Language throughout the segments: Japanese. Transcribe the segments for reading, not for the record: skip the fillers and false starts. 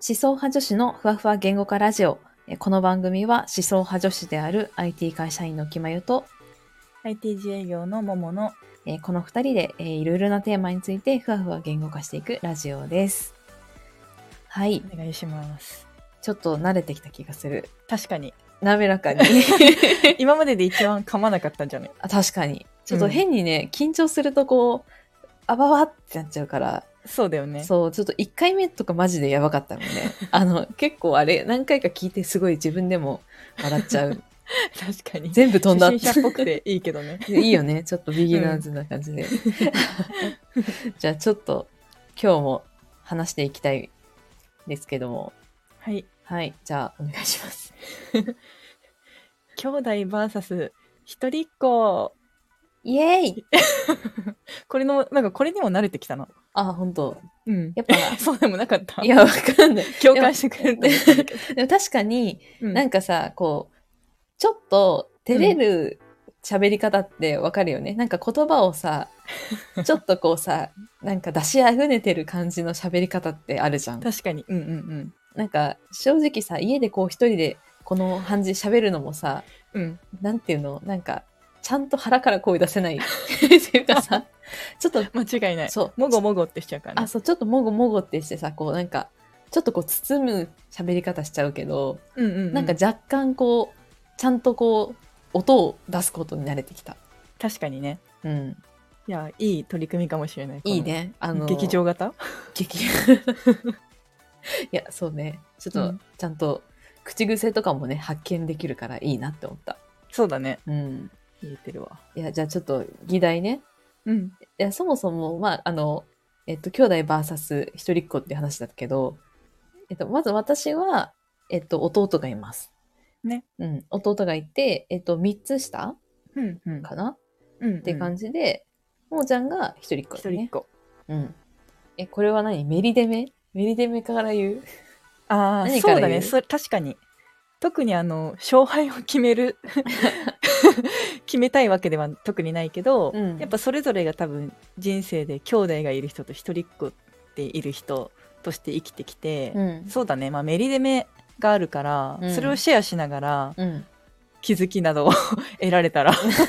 思想派女子のふわふわ言語化ラジオ。この番組は思想派女子である IT 会社員のきまゆと IT 自営業のもものこの2人でいろいろなテーマについてふわふわ言語化していくラジオです。はい。 お願いします。 ちょっと慣れてきた気がする。 確かに。 滑らかに。 今までで一番噛まなかったんじゃない？ 確かに。ちょっと変にね、緊張するとこう、あばばってなっちゃうから。 そうだよね。 そう、ちょっと1回目とかマジでやばかったもんね。結構あれ、何回か聞いてすごい自分でも笑っちゃう。 確かに。 全部飛んだ。 初心者っぽくていいけどね。 いいよね。ちょっとビギナーズな感じで。じゃあちょっと今日も話していきたいですけども。 はい。 はい。じゃあお願いします。 兄弟 VS 一人っ子。 イエーイこれの、なんかこれにも慣れてきたの。 あ、本当。 うん。 やっぱそうでもなかった。 いや、わかんない。 共感してくれると思ったんだけど。 でも確かに、 うんなんかさ、こう、ちょっと照れる喋り方ってわかるよね。なんか言葉をさ、ちょっとこうさ、なんか出しあぐねてる感じの喋り方ってあるじゃん。 確かに。うんうんうん。 なんか正直さ、家でこう一人でこの感じ喋るのもさ、 うん。 なんていうの、なんかちゃんと腹から声出せないっていうかさ、ちょっと間違いない。 そうもごもごってしちゃうからね。 あ、そう、ちょっともごもごってしてさ、こうなんか、ちょっとこう包む喋り方しちゃうけど、 うんうんうん。 なんか若干こう、ちゃんとこう、音を出すことに慣れてきた。 確かにね。 うん。 いや、いい取り組みかもしれない。 いいね。 劇場型劇いや、そうね。ちょっとうん、 ちゃんと、口癖とかもね、発見できるからいいなって思った。 そうだね。 うん。 言えてるわ。 いや、じゃあちょっと、議題ね。 うん。 いや、そもそも、まあ、兄弟バーサス一人っ子って話だけど、まず私は、弟がいます。 ね。 うん。弟がいて、3つ下うんうん。 かな、 うんって感じで、ももちゃんが一人っ子だね。 一人っ子。 うん。これは何？メリデメから言う？ ああ、 何から言う？ そうだね。それ確かに。特に勝敗を決める決めたいわけでは特にないけど、 うん、 やっぱそれぞれが多分人生で兄弟がいる人と一人っ子っている人として生きてきて、 うん、 そうだね。まあメリデメがあるから、 うん、 それをシェアしながら、 うん、 気づきなどを得られたら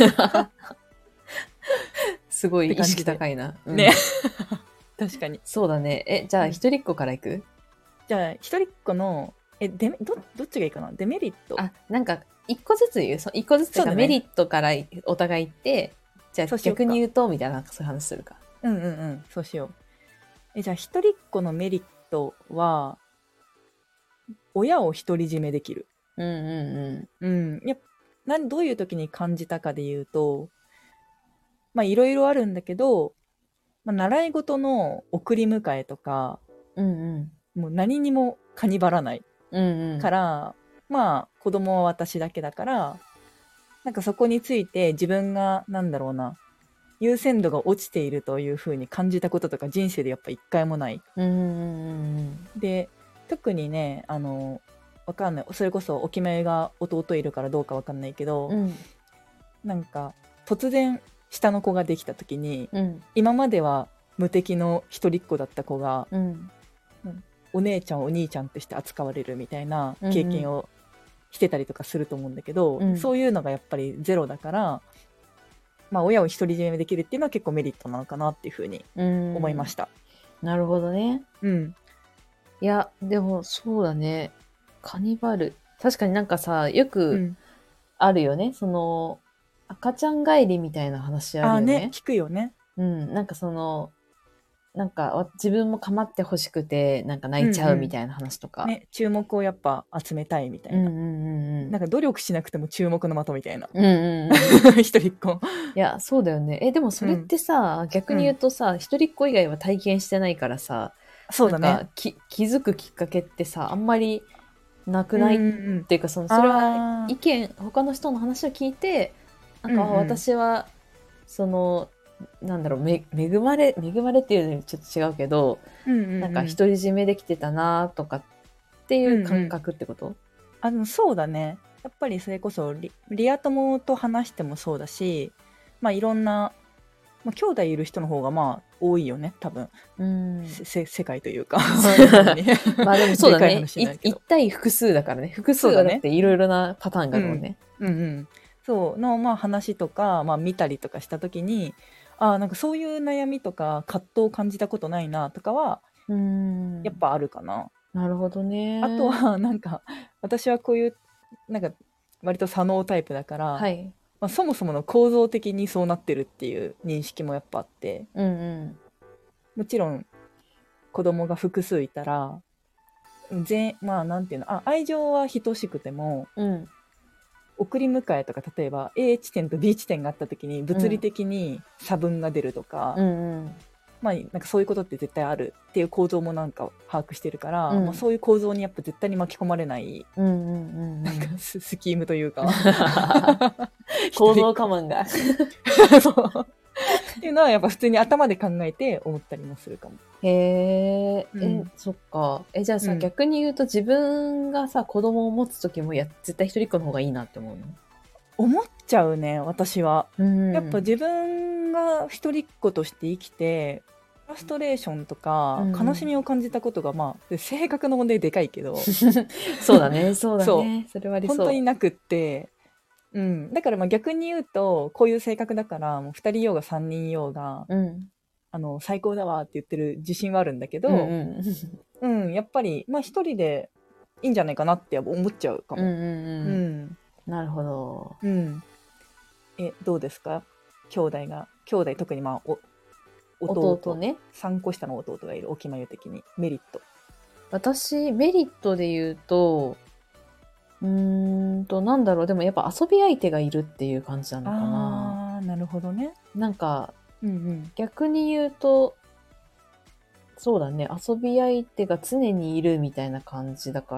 すごい意識高いな。 ね。確かに。 そうだね。じゃあ一人っ子からいく？ じゃあ一人っ子のどっちがいいかな。デメリット。 あ、なんか一個ずつ言う。一個ずつそうだねメリットからお互い言って、じゃあそうしようか逆に言うとみたいなそういう話するか。 うんうんうん。そうしよう。じゃあ一人っ子のメリットは親を独り占めできる。 うんうんうん。どういう時に感じたかで言うと、まあいろいろあるんだけど、まあ、習い事の送り迎えとか、 うんうんもう何にもかにばらないうんうんから、まあ子供は私だけだから、なんかそこについて自分がなんだろうな、優先度が落ちているというふうに感じたこととか人生でやっぱ一回もない。 うんうんで、特にね、わかんない。それこそお決めが弟いるからどうかわかんないけど、 うんなんか突然下の子ができた時に、 うん今までは無敵の一人っ子だった子が、 うんお姉ちゃんお兄ちゃんとして扱われるみたいな経験をしてたりとかすると思うんだけど、 うんそういうのがやっぱりゼロだから、まあ親を独り占めできるっていうのは結構メリットなのかなっていうふうに思いました。 なるほどね。 うん。 いや、でもそうだね。カニバル。確かになんかさ、ようくん。 あるよね。赤ちゃん帰りみたいな話あるよね。 聞くよね。 うん。なんかなんか自分も構ってほしくて、なんか泣いちゃうみたいな話とか。 ね、注目をやっぱ集めたいみたいな。なんか努力しなくても注目の的みたいな。一人っ子。 いや、そうだよね。でもそれってさ、逆に言うとさ、一人っ子以外は体験してないからさ、 そうだね。 なんか気づくきっかけってさ、あんまりなくないっていうか、それは他の人の話を聞いて、なんか私は、なんだろう、恵まれっていうのにちょっと違うけど、なんか独り占めできてたなとかっていう感覚ってこと？ そうだね。やっぱりそれこそリア友と話してもそうだし、まあいろんなまあ、兄弟いる人の方がまあ多いよね多分、世界というかまあでもそうだでかいね。 話になるけど一対複数だからね。複数はだっていろいろなパターンがあるもんね。 そうの、まあ、話とか、まあ、見たりとかした時になんかそういう悩みとか葛藤を感じたことないなとかはやっぱあるかな。 なるほどね。 あとはなんか私はこういうなんか割と左脳タイプだから、 はい。 まあ、そもそもの構造的にそうなってるっていう認識もやっぱあって、もちろん子供が複数いたらまあなんていうの愛情は等しくても、送り迎えとか例えば A 地点と B 地点があった時に物理的に差分が出るとか、まあなんかそういうことって絶対あるっていう構造もなんか把握してるから、まあ、そういう構造にやっぱ絶対に巻き込まれないなんかスキームというか構造化マンがそうっていうのはやっぱ普通に頭で考えて思ったりもするかも。 へえ、そっか。じゃあさ、逆に言うと自分がさ、子供を持つ時も絶対一人っ子の方がいいなって思うの？ 思っちゃうね、私は。やっぱ自分が一人っ子として生きて、フラストレーションとか、悲しみを感じたことが、まあ、性格の問題でかいけど。 そうだね、そうだね。それはありそう。 本当になくって、だからまあ逆に言うと、こういう性格だから、もう2人いようが3人いようが、最高だわって言ってる自信はあるんだけど、やっぱり、まあ一人でいいんじゃないかなって思っちゃうかも。 なるほど。 どうですか？兄弟特にまあ弟ね。3個下の弟がいる、おきまゆ的にメリット。 私メリットで言うとなんだろう、でもやっぱ遊び相手がいるっていう感じなのかな。 なるほどね。 なんか、逆に言うとそうだね、遊び相手が常にいるみたいな感じだから、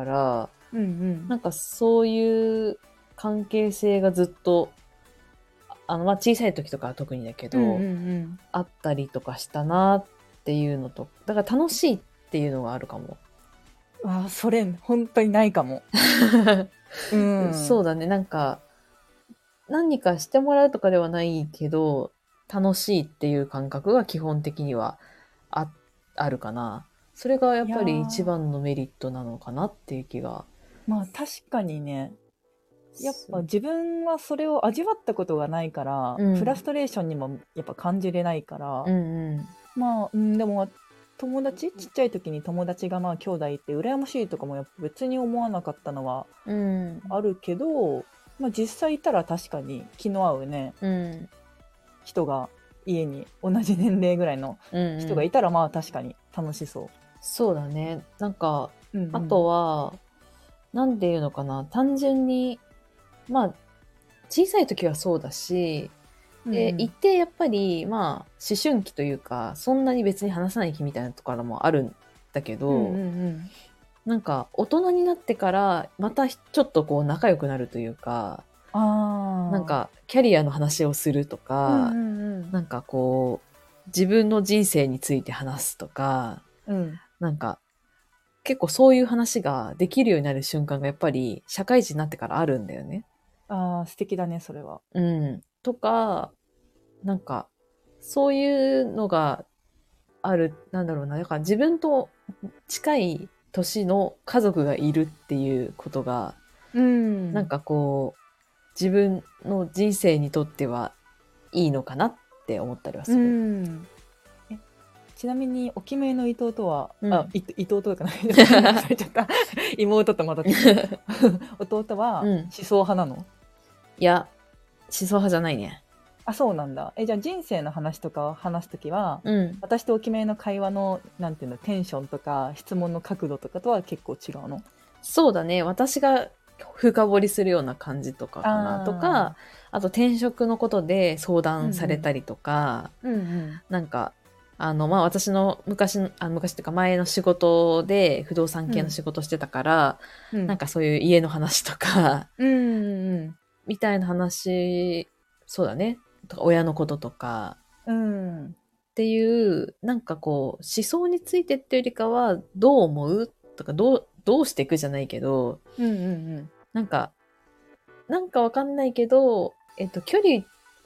なんかそういう関係性がずっとまあ、小さい時とかは特にだけど、あったりとかしたなっていうのと、だから楽しいっていうのがあるかも。 それ本当にないかも。 そうだね、なんか何かしてもらうとかではないけど、楽しいっていう感覚が基本的にはあるかな。それがやっぱり一番のメリットなのかなっていう気が。 まあ確かにね。やっぱ自分はそれを味わったことがないから、フラストレーションにもやっぱ感じれないから、まあ、でもちっちゃい時に友達がまあ兄弟いて羨ましいとかもやっぱ別に思わなかったのはあるけど、まあ、実際いたら確かに気の合うね、人が家に同じ年齢ぐらいの人がいたらまあ確かに楽しそう。 そうだね。なんか、あとはなんていうのかな、単純にまあ、小さい時はそうだし、で、一定やっぱり、まあ、思春期というか、そんなに別に話さない気みたいなところもあるんだけど、なんか、大人になってから、またちょっとこう、仲良くなるというか、なんか、キャリアの話をするとか、なんかこう、自分の人生について話すとか、なんか、結構そういう話ができるようになる瞬間がやっぱり社会人になってからあるんだよね。 素敵だね、それは。 とか、なんか、そういうのがある、なんだろうな。だから自分と近い年の家族がいるっていうことが、なんかこう、自分の人生にとってはいいのかなって思ったりはする。 ちなみに、おきめの弟は、弟とかない妹とまた弟は思想派なの？ いや、思想派じゃないね。 そうなんだ。じゃあ人生の話とかを話すときは、私とおきめの会話の、なんていうの、テンションとか質問の角度とかとは結構違うの？ そうだね。私が深掘りするような感じとかかなとか、あと転職のことで相談されたりとか、なんか、まあ、私の昔っていうか前の仕事で不動産系の仕事してたから、なんかそういう家の話とか、みたいな話、そうだね。とか親のこととか、っていう、なんかこう、思想についてっていうよりかは、どう思うとか、どうしていくじゃないけど、なんかわかんないけど、距離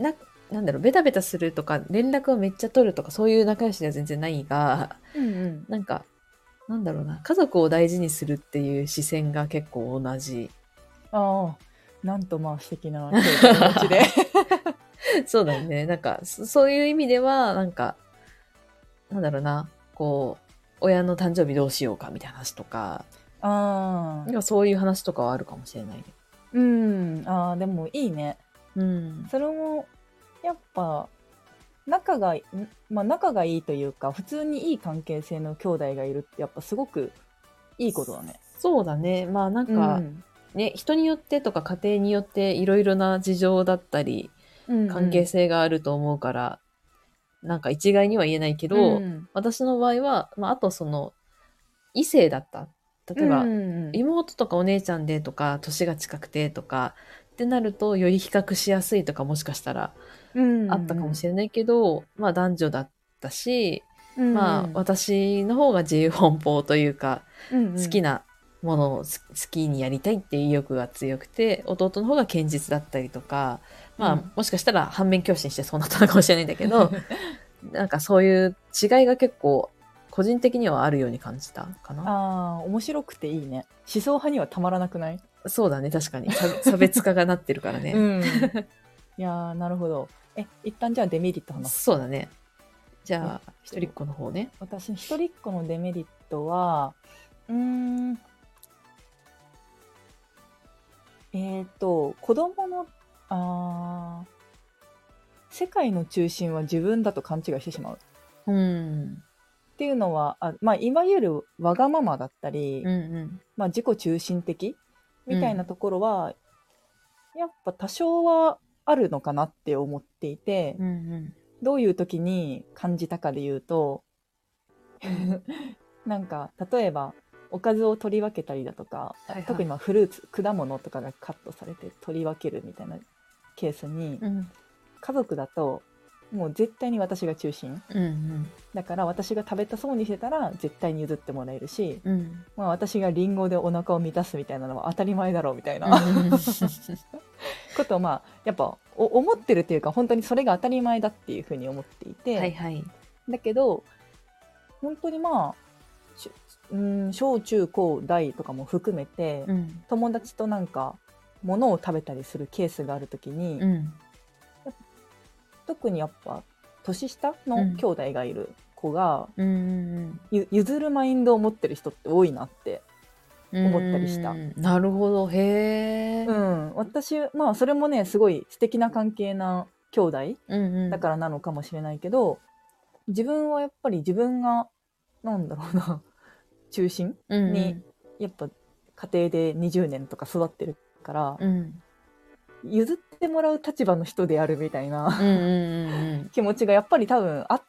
なんだろう、ベタベタするとか、連絡をめっちゃ取るとか、そういう仲良しでは全然ないが、なんか、なんだろうな、家族を大事にするっていう視線が結構同じ。 ああ、なんとまあ素敵な兄弟持ちで。 そうだね。なんか、そういう意味では、なんか、なんだろうな、こう、親の誕生日どうしようかみたいな話とか、 ああ、 そういう話とかはあるかもしれないね。 ああ、でもいいね。それも、やっぱ、仲がいいというか、普通にいい関係性の兄弟がいるって、やっぱすごくいいことだね。 そうだね。まあなんか、ね、人によってとか家庭によっていろいろな事情だったり、関係性があると思うから、なんか一概には言えないけど、私の場合は、まああとその、異性だった。例えば、妹とかお姉ちゃんでとか、年が近くてとか、ってなると、より比較しやすいとかもしかしたらあったかもしれないけど、まあ男女だったし、まあ私の方が自由奔放というか、好きなものを好きにやりたいっていう意欲が強くて、弟の方が堅実だったりとか、まあもしかしたら反面教師にしてそうなったのかもしれないんだけど、なんかそういう違いが結構個人的にはあるように感じたかな。 ああ、面白くていいね。思想派にはたまらなくない？ そうだね、確かに。差別化がなってるからね。 いやー、なるほど。一旦じゃあデメリット話す。 そうだね。じゃあ、一人っ子の方ね。 私、一人っ子のデメリットは、子供の、世界の中心は自分だと勘違いしてしまう。っていうのは、まあ、いわゆるわがままだったり、まあ、自己中心的みたいなところは、やっぱ多少はあるのかなって思っていて、どういう時に感じたかで言うと、なんか例えばおかずを取り分けたりだとか、特にまあフルーツ果物とかがカットされて取り分けるみたいなケースに、家族だともう絶対に私が中心、だから私が食べたそうにしてたら絶対に譲ってもらえるし、まあ、私がリンゴでお腹を満たすみたいなのは当たり前だろうみたいなことをまあやっぱ思ってるっていうか、本当にそれが当たり前だっていうふうに思っていて、だけど本当にまあ小中高大とかも含めて、友達となんか物を食べたりするケースがあるときに、特にやっぱ年下の兄弟がいる子が、譲るマインドを持ってる人って多いなって思ったりした。 なるほど、へー。私、まあそれもね、すごい素敵な関係な兄弟だからなのかもしれないけど、自分はやっぱり自分がなんだろうな中心に、やっぱ家庭で20年とか育ってるから、譲ってもらう立場の人であるみたいな気持ちがやっぱり多分あって、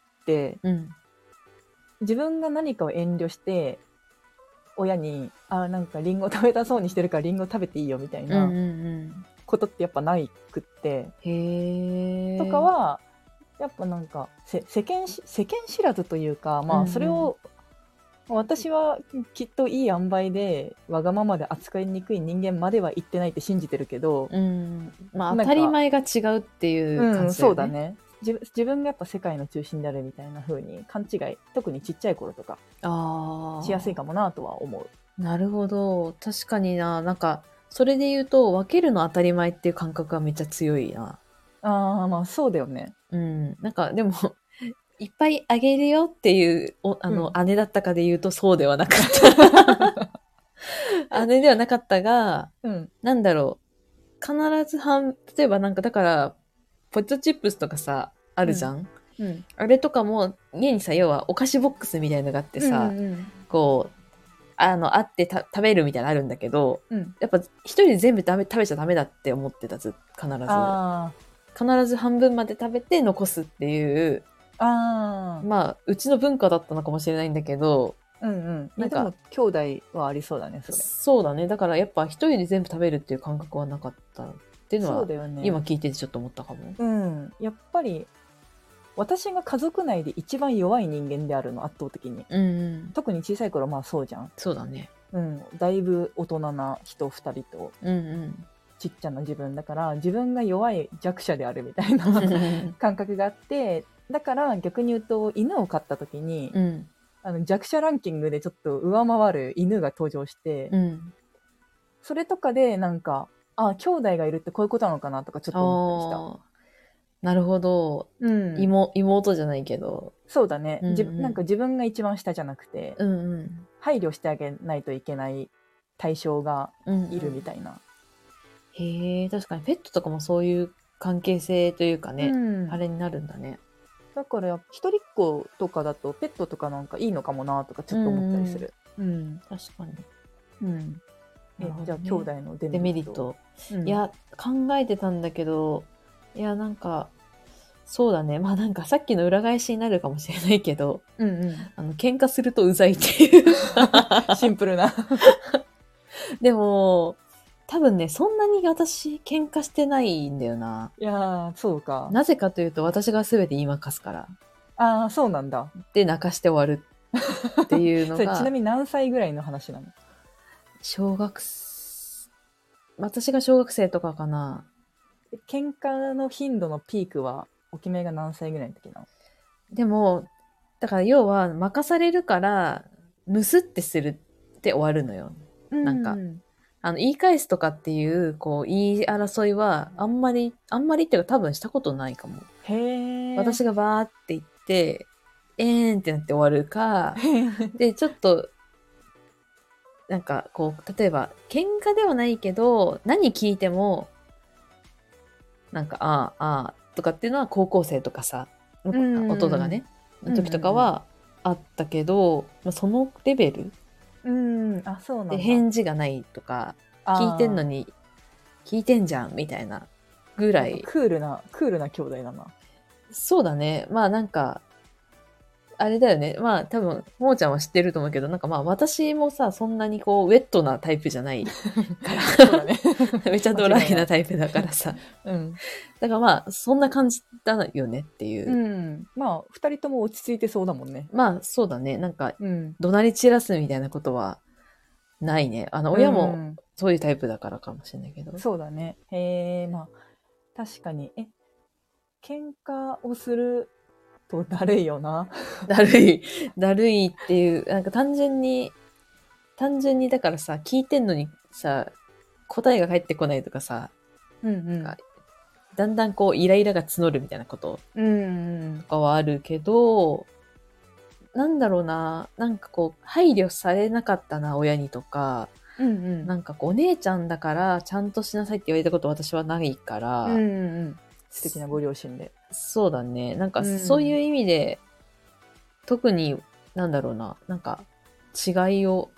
自分が何かを遠慮して親になんかリンゴ食べたそうにしてるからリンゴ食べていいよみたいなことってやっぱないくって、とかはやっぱなんか世間知らずというか、まあそれを私はきっといい塩梅でわがままで扱いにくい人間までは言ってないって信じてるけど、 まあ当たり前が違うっていう感じだよね。 そうだね。自分がやっぱ世界の中心であるみたいな風に勘違い、特にちっちゃい頃とかしやすいかもなとは思う。 なるほど。確かにな。なんかそれで言うと分けるの当たり前っていう感覚がめっちゃ強いな。 まあそうだよね。 なんかでもいっぱいあげるよっていう姉だったかで言うとそうではなかった姉ではなかったが、なんだろう、必ず例えばなんかだからポテトチップスとかさあるじゃん、あれとかも家にさ、要はお菓子ボックスみたいのがあってさ、こうあって食べるみたいなのあるんだけど、やっぱ一人で全部食べちゃダメだって思ってた必ず半分まで食べて残すっていう、まあうちの文化だったのかもしれないんだけど、 なんかでも兄弟はありそうだね。 そうだね。だからやっぱ一人で全部食べるっていう感覚はなかったっていうのは、今聞いててちょっと思ったかも。 やっぱり私が家族内で一番弱い人間であるの、圧倒的に。特に小さい頃まあそうじゃん。 そうだね。 だいぶ大人な人2人とちっちゃな自分だから、自分が弱い弱者であるみたいな感覚があって、だから逆に言うと犬を飼った時に、 うん。 弱者ランキングでちょっと上回る犬が登場して、 うん。 それとかでなんか、あ、兄弟がいるってこういうことなのかなとかちょっと思ったりした。 ああ、なるほど。 うん。 妹じゃないけど。 そうだね、 うんうん、 なんか自分が一番下じゃなくて、 うんうん。 配慮してあげないといけない対象がいるみたいな。 へえ、確かにペットとかもそういう関係性というかね、 うん、 あれになるんだね。 だから一人っ子とかだとペットとかなんかいいのかもなとかちょっと思ったりする。 確かに。 うん。 なるほどね、 じゃあ兄弟のデデメリッメリット。 ト。いや、考えてたんだけど、いや、なんか、そうだね。まあなんかさっきの裏返しになるかもしれないけど、喧嘩するとうざいっていうシンプルな。 でも、多分ね、そんなに私喧嘩してないんだよな。 いやー、そうか。 なぜかというと私が全て言いまかすから。 ああ、そうなんだ。 で、泣かして終わるっていうのそれちなが、 みに何歳ぐらいの話なの？ 私が小学生とかかな。 喧嘩の頻度のピークは、お決めが何歳ぐらいの時なの？ でも、だから要は任されるから、ムスってするって終わるのよ。なんか、言い返すとかっていう、こう、言い争いは、あんまりっていうか多分したことないかも。 へー。 私がバーって言って、ってなって終わるか、で、ちょっと、なんか、こう、例えば、喧嘩ではないけど、何聞いても、なんか、ああ、ああ、とかっていうのは高校生とかさ、弟がね、の時とかはあったけど、まあ、そのレベルあ、そうなんだ。 で返事がないとか、聞いてんのに、聞いてんじゃん、みたいなぐらい。 クールな兄弟だな。 そうだね。まあなんか、あれだよね。まあ多分、もーちゃんは知ってると思うけど、なんかまあ私もさ、そんなにこう、ウェットなタイプじゃないかそうだね。 ら。めっちゃドライなタイプだからさ。だからまあ、そんな感じだよねっていう。 まあ、二人とも落ち着いてそうだもんね。 まあそうだね。なんか、怒鳴り散らすみたいなことはないね。親もそういうタイプだからかもしれないけど。 そうだね。へえ、まあ、確かに。喧嘩をするとだるいよな。 だるいっていう、なんか単純にだからさ、聞いてんのにさ、答えが返ってこないとかさ、だんだんこうイライラが募るみたいなこととかはあるけど、なんだろうな、なんかこう、配慮されなかったな、親にとか、なんかこう、お姉ちゃんだからちゃんとしなさいって言われたこと私はないから、 素敵なご両親で。 そうだね。なんかそういう意味で、特に、なんだろうな、なんか違いを、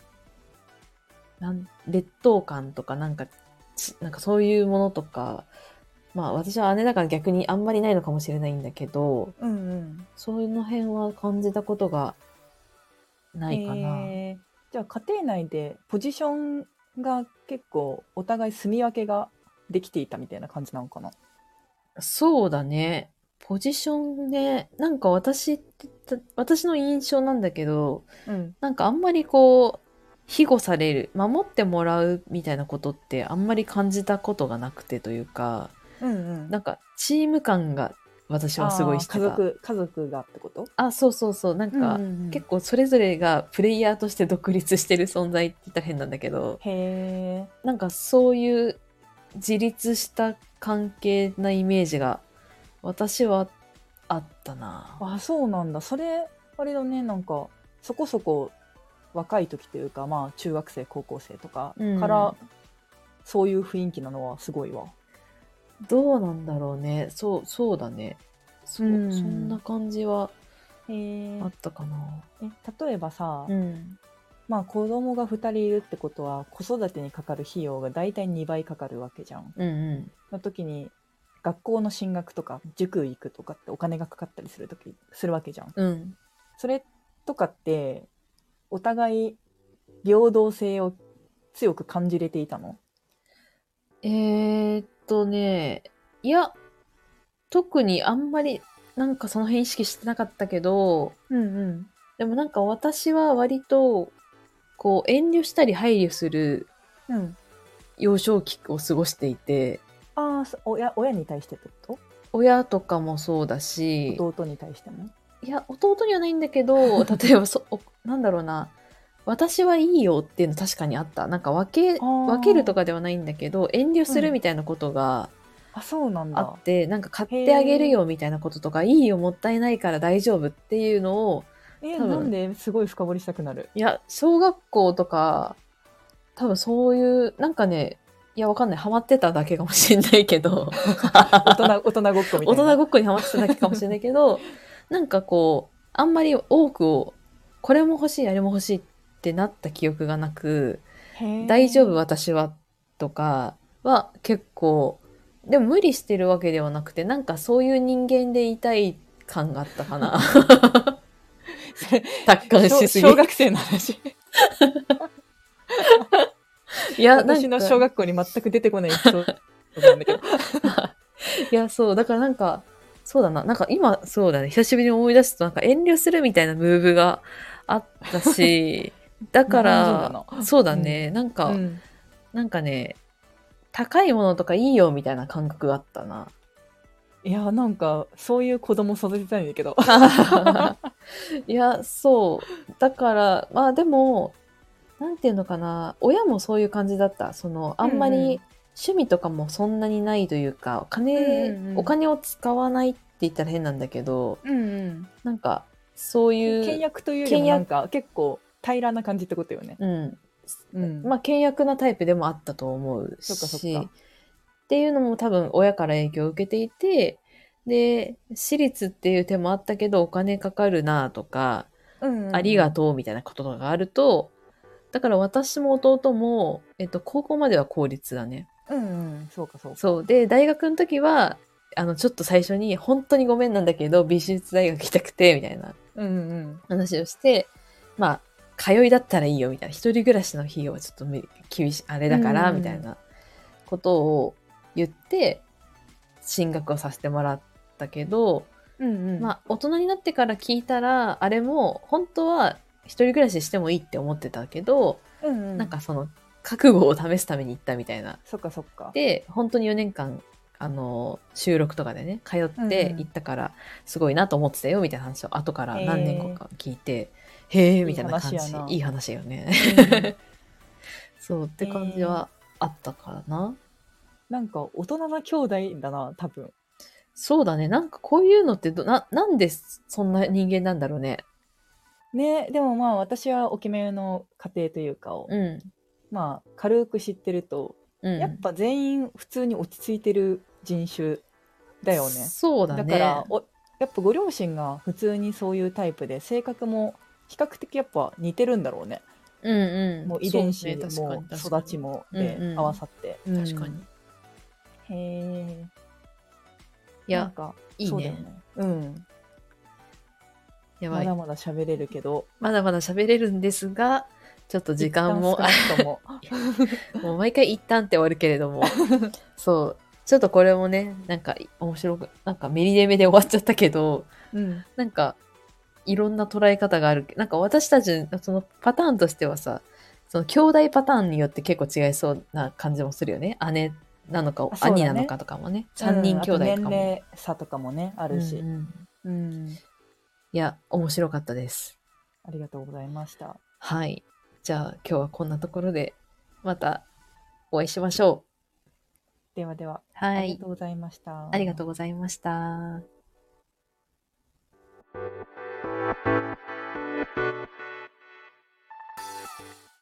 劣等感とかなんかそういうものとか、まあ私は姉だから逆にあんまりないのかもしれないんだけど、そういうの辺は感じたことがないかな。 じゃあ家庭内でポジションが結構お互い住み分けができていたみたいな感じなのかな？ そうだね。ポジションね、なんか私の印象なんだけど、なんかあんまりこう、庇護される、守ってもらうみたいなことってあんまり感じたことがなくてというか、なんかチーム感が私はすごいしてた。 家族がってこと？ あ、そうそうそう。なんか、結構それぞれがプレイヤーとして独立してる存在って言ったら変なんだけど、なんかそういう自立した関係なイメージが私はあったな。 あ、そうなんだ。それ、あれだね、なんか、そこそこ若い時というか、まあ、中学生、高校生とかから、そういう雰囲気なのはすごいわ。 どうなんだろうね。そうだね。そんな感じはあったかな。 例えばさ、まあ子供が2人いるってことは子育てにかかる費用がだいたい2倍かかるわけじゃん。の時に学校の進学とか塾行くとかってお金がかかったりするわけじゃん。それとかってお互い平等性を強く感じれていたの？ いや、特にあんまりなんかその辺意識してなかったけど、でもなんか私は割とこう遠慮したり配慮する幼少期を過ごしていて、 ああ、親に対してってこ親とかもそうだし、 と？弟に対しても？ いや、弟にはないんだけど、例えばなんだろうな、私はいいよっていうの確かにあった。なんか分けるとかではないんだけど、遠慮するみたいなことがあ、そうなんだ。 あって、なんか買ってあげるよみたいなこととか、いいよ、もったいないから大丈夫っていうのを、多分なんですごい深掘りしたくなる。 いや、小学校とか、多分そういう、なんかね、いや、わかんない。ハマってただけかもしれないけど。 大人ごっこみたいな。 大人ごっこにハマってただけかもしれないけど、なんかこう、あんまり多くを、これも欲しい、あれも欲しいってなった記憶がなく、大丈夫私はとかは結構、でも無理してるわけではなくて、なんかそういう人間でいたい感があったかな。達観しすぎ。 小学生の話。いや、私の小学校に全く出てこないエピソードなんだけど。 いや、そう、だからなんか、そうだな、なんか今、そうだね、久しぶりに思い出すと、なんか遠慮するみたいなムーブがあったし、だから、そうだね、なんかね、高いものとかいいよみたいな感覚があったな。 いや、なんか、そういう子供育てたいんだけど。 いや、そう。だから、まあでも、なんていうのかな、親もそういう感じだった。あんまり趣味とかもそんなにないというか、お金を使わないって言ったら変なんだけど、なんか、そういう。 倹約というよりもなんか、結構平らな感じってことよね。 まあ、倹約なタイプでもあったと思うし、っていうのも多分親から影響を受けていて、で、私立っていう手もあったけど、お金かかるなとか、ありがとうみたいなことがあると、だから私も弟も、高校までは公立だね。 そうかそうか。 そう。で、大学の時は、ちょっと最初に、本当にごめんなんだけど、美術大学行きたくて、みたいな話をして、まあ、通いだったらいいよ、みたいな。一人暮らしの費用はちょっと厳しい、あれだから、みたいなことを言って、進学をさせてもらったけど、まあ、大人になってから聞いたら、あれも、本当は一人暮らししてもいいって思ってたけど、なんか覚悟を試すために行ったみたいな。 そっかそっか。 で、本当に4年間、収録とかでね、通って行ったから、すごいなと思ってたよ、みたいな話を後から何年後か聞いて、へーみたいな感じ。いい話よね。そうって感じはあったからな。 なんか大人な兄弟だな、多分。 そうだね。なんかこういうのってなんでそんな人間なんだろうね。 ね、でもまあ私は大きめの家庭というかを、まあ軽く知ってると、やっぱ全員普通に落ち着いてる人種だよね。 そうだね。 だからやっぱご両親が普通にそういうタイプで、性格も比較的やっぱ似てるんだろうね。もう遺伝子も育ちもで合わさって。 確かに。 へえ。 いや、いいね。 やばい。まだまだ喋れるけど。 まだまだ喋れるんですが、ちょっと時間も。もう毎回一旦って終わるけれども。そう。ちょっとこれもね、なんか面白く、なんかメリデメで終わっちゃったけど、なんかいろんな捉え方がある。なんか私たち、そのパターンとしてはさ、その兄弟パターンによって結構違いそうな感じもするよね。姉なのか、兄なのかとかもね。3人兄弟とかも。 年齢差とかもね、あるし。 いや、面白かったです。 ありがとうございました。 はい。じゃあ今日はこんなところで、またお会いしましょう。ではでは。 はい。 ありがとうございました。 ありがとうございました。